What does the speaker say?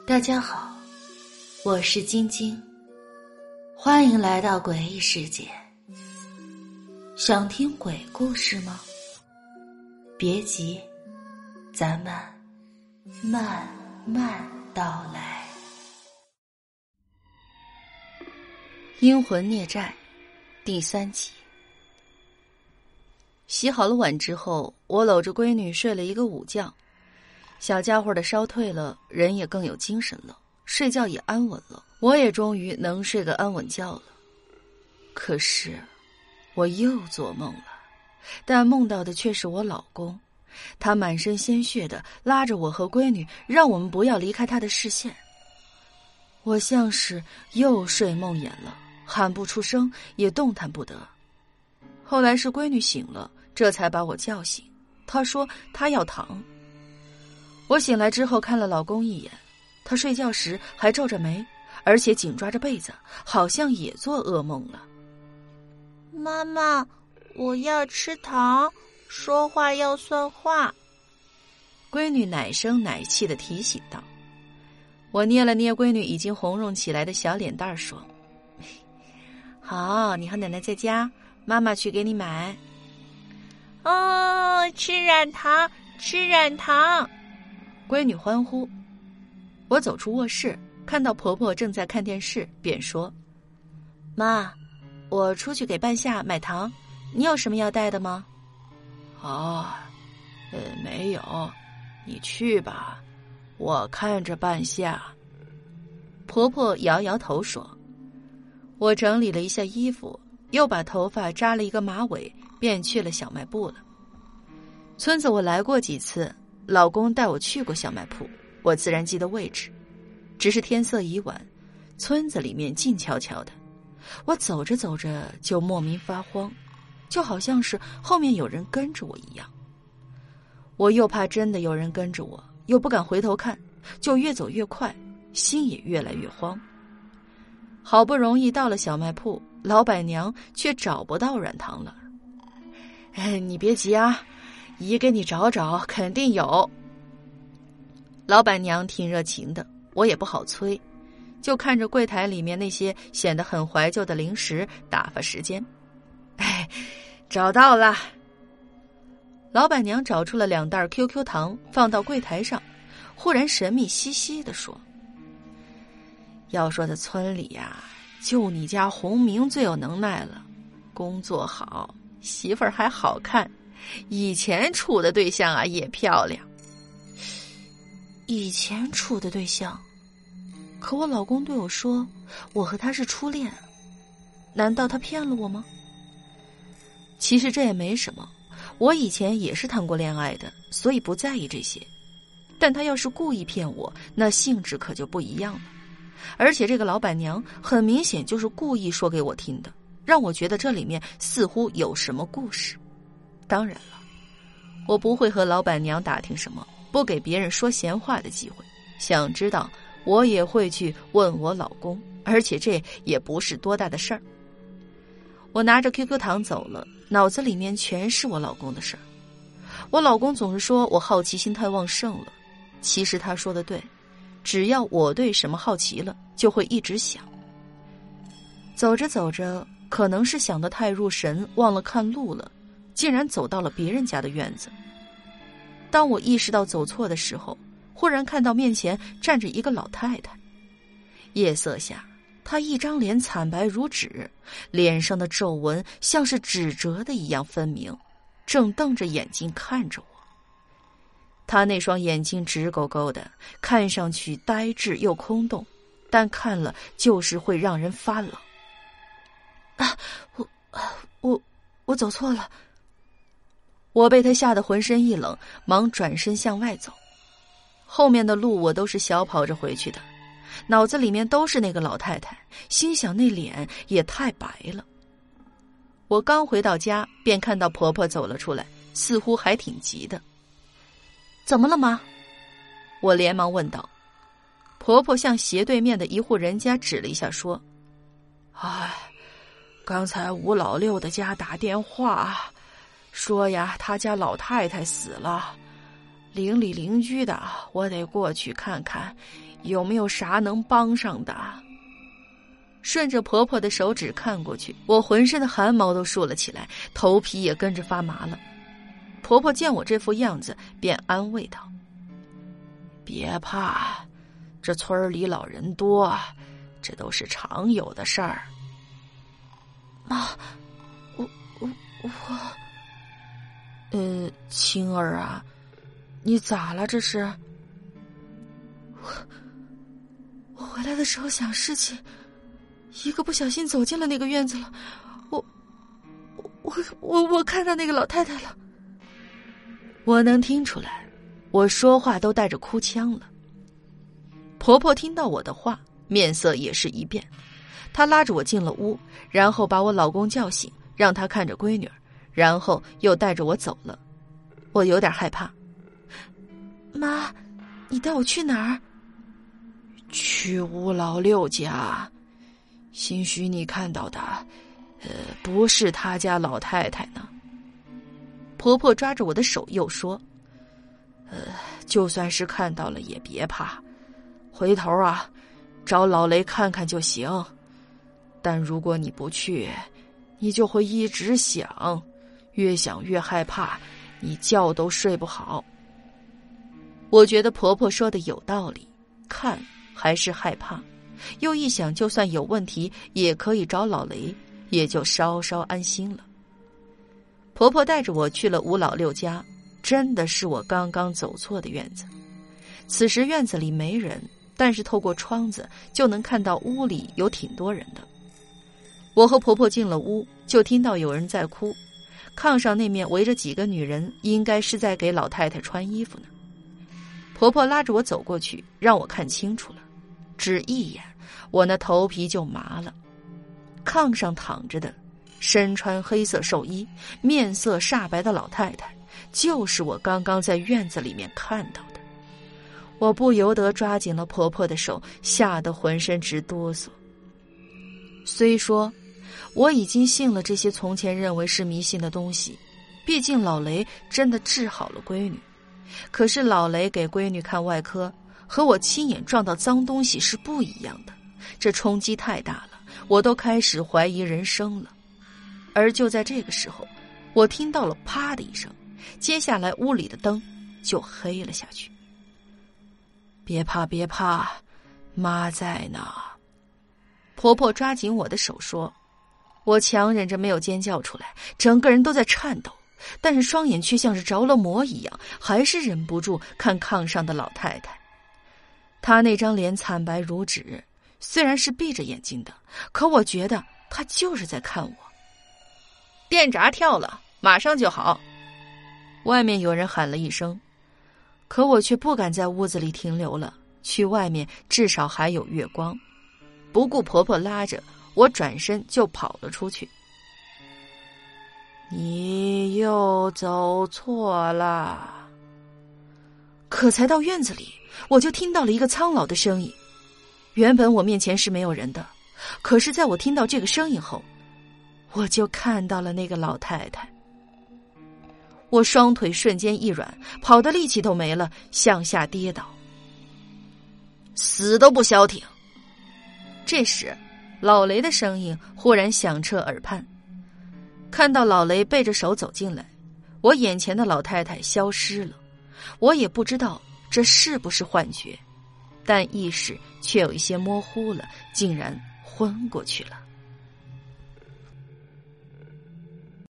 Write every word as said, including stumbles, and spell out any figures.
大家好，我是晶晶，欢迎来到诡异世界。想听鬼故事吗？别急，咱们慢慢道来。阴魂孽债第三集。洗好了碗之后，我搂着闺女睡了一个午觉。小家伙的烧退了，人也更有精神了，睡觉也安稳了，我也终于能睡个安稳觉了。可是我又做梦了，但梦到的却是我老公，他满身鲜血的拉着我和闺女，让我们不要离开他的视线。我像是又睡梦魇了，喊不出声，也动弹不得。后来是闺女醒了，这才把我叫醒，她说她要糖。我醒来之后看了老公一眼，他睡觉时还皱着眉，而且紧抓着被子，好像也做噩梦了。 妈妈，我要吃糖，说话要算话。 闺女奶声奶气地提醒道。我捏了捏闺女已经红润起来的小脸蛋说，好，你和奶奶在家，妈妈去给你买。 哦，吃软糖，吃软糖。 闺女欢呼。我走出卧室，看到婆婆正在看电视，便说，妈，我出去给半夏买糖，你有什么要带的吗？ 啊，呃，没有，你去吧，我看着半夏。 婆婆摇摇头说。我整理了一下衣服，又把头发扎了一个马尾，便去了小卖部了。村子我来过几次，老公带我去过小卖铺，我自然记得位置。只是天色已晚，村子里面静悄悄的，我走着走着就莫名发慌，就好像是后面有人跟着我一样。我又怕真的有人跟着我，又不敢回头看，就越走越快，心也越来越慌。好不容易到了小卖铺，老板娘却找不到软糖了。哎，你别急啊，姨给你找找，肯定有。老板娘挺热情的，我也不好催，就看着柜台里面那些显得很怀旧的零食打发时间。哎，找到了。老板娘找出了两袋 Q Q 糖放到柜台上，忽然神秘兮兮地说，要说在村里呀、啊，就你家红明最有能耐了，工作好，媳妇儿还好看，以前处的对象啊也漂亮。以前处的对象？可我老公对我说，我和他是初恋，难道他骗了我吗？其实这也没什么，我以前也是谈过恋爱的，所以不在意这些。但他要是故意骗我，那性质可就不一样了。而且这个老板娘很明显就是故意说给我听的，让我觉得这里面似乎有什么故事。当然了，我不会和老板娘打听什么，不给别人说闲话的机会。想知道我也会去问我老公，而且这也不是多大的事儿。我拿着 Q Q 糖走了，脑子里面全是我老公的事儿。我老公总是说我好奇心太旺盛了，其实他说的对，只要我对什么好奇了，就会一直想。走着走着，可能是想得太入神，忘了看路了，竟然走到了别人家的院子。当我意识到走错的时候，忽然看到面前站着一个老太太。夜色下，她一张脸惨白如纸，脸上的皱纹像是纸折的一样分明，正瞪着眼睛看着我。她那双眼睛直勾勾的，看上去呆滞又空洞，但看了就是会让人发冷。啊，我我我走错了。我被他吓得浑身一冷，忙转身向外走。后面的路我都是小跑着回去的，脑子里面都是那个老太太，心想那脸也太白了。我刚回到家，便看到婆婆走了出来，似乎还挺急的。怎么了妈？我连忙问道。婆婆向斜对面的一户人家指了一下说， 哎，刚才吴老六的家打电话说呀，他家老太太死了， 邻里邻居的，我得过去看看有没有啥能帮上的。 顺着婆婆的手指看过去，我浑身的汗毛都竖了起来，头皮也跟着发麻了。婆婆见我这副样子，便安慰道： 别怕，这村里老人多，这都是常有的事儿。 妈，我我我， 呃，青儿啊，你咋了这是？ 我我回来的时候想事情，一个不小心走进了那个院子了。我我我我看到那个老太太了。 我能听出来，我说话都带着哭腔了。婆婆听到我的话，面色也是一变，她拉着我进了屋，然后把我老公叫醒，让他看着闺女，然后又带着我走了。我有点害怕。 妈，你带我去哪儿？ 去吴老六家。兴许你看到的，呃，不是他家老太太呢。 婆婆抓着我的手又说： 呃，就算是看到了也别怕，回头啊，找老雷看看就行。但如果你不去，你就会一直想，越想越害怕，你觉都睡不好。 我觉得婆婆说的有道理，看还是害怕，又一想就算有问题也可以找老雷，也就稍稍安心了。婆婆带着我去了吴老六家，真的是我刚刚走错的院子。此时院子里没人，但是透过窗子就能看到屋里有挺多人的。我和婆婆进了屋，就听到有人在哭，炕上那面围着几个女人，应该是在给老太太穿衣服呢。婆婆拉着我走过去，让我看清楚了，只一眼，我那头皮就麻了。炕上躺着的，身穿黑色寿衣，面色煞白的老太太，就是我刚刚在院子里面看到的。我不由得抓紧了婆婆的手，吓得浑身直哆嗦。虽说我已经信了这些从前认为是迷信的东西，毕竟老雷真的治好了闺女，可是老雷给闺女看外科和我亲眼撞到脏东西是不一样的，这冲击太大了，我都开始怀疑人生了。而就在这个时候，我听到了啪的一声，接下来屋里的灯就黑了下去。 别怕别怕，妈在呢。 婆婆抓紧我的手说。我强忍着没有尖叫出来，整个人都在颤抖，但是双眼却像是着了魔一样，还是忍不住看炕上的老太太。她那张脸惨白如纸，虽然是闭着眼睛的，可我觉得她就是在看我。电闸跳了，马上就好。外面有人喊了一声，可我却不敢在屋子里停留了，去外面至少还有月光。不顾婆婆拉着我，转身就跑了出去。 你又走错了。 可才到院子里，我就听到了一个苍老的声音。原本我面前是没有人的，可是在我听到这个声音后，我就看到了那个老太太。我双腿瞬间一软，跑的力气都没了，向下跌倒，死都不消停。这时老雷的声音忽然响彻耳畔，看到老雷背着手走进来，我眼前的老太太消失了。我也不知道这是不是幻觉，但意识却有一些模糊了，竟然昏过去了。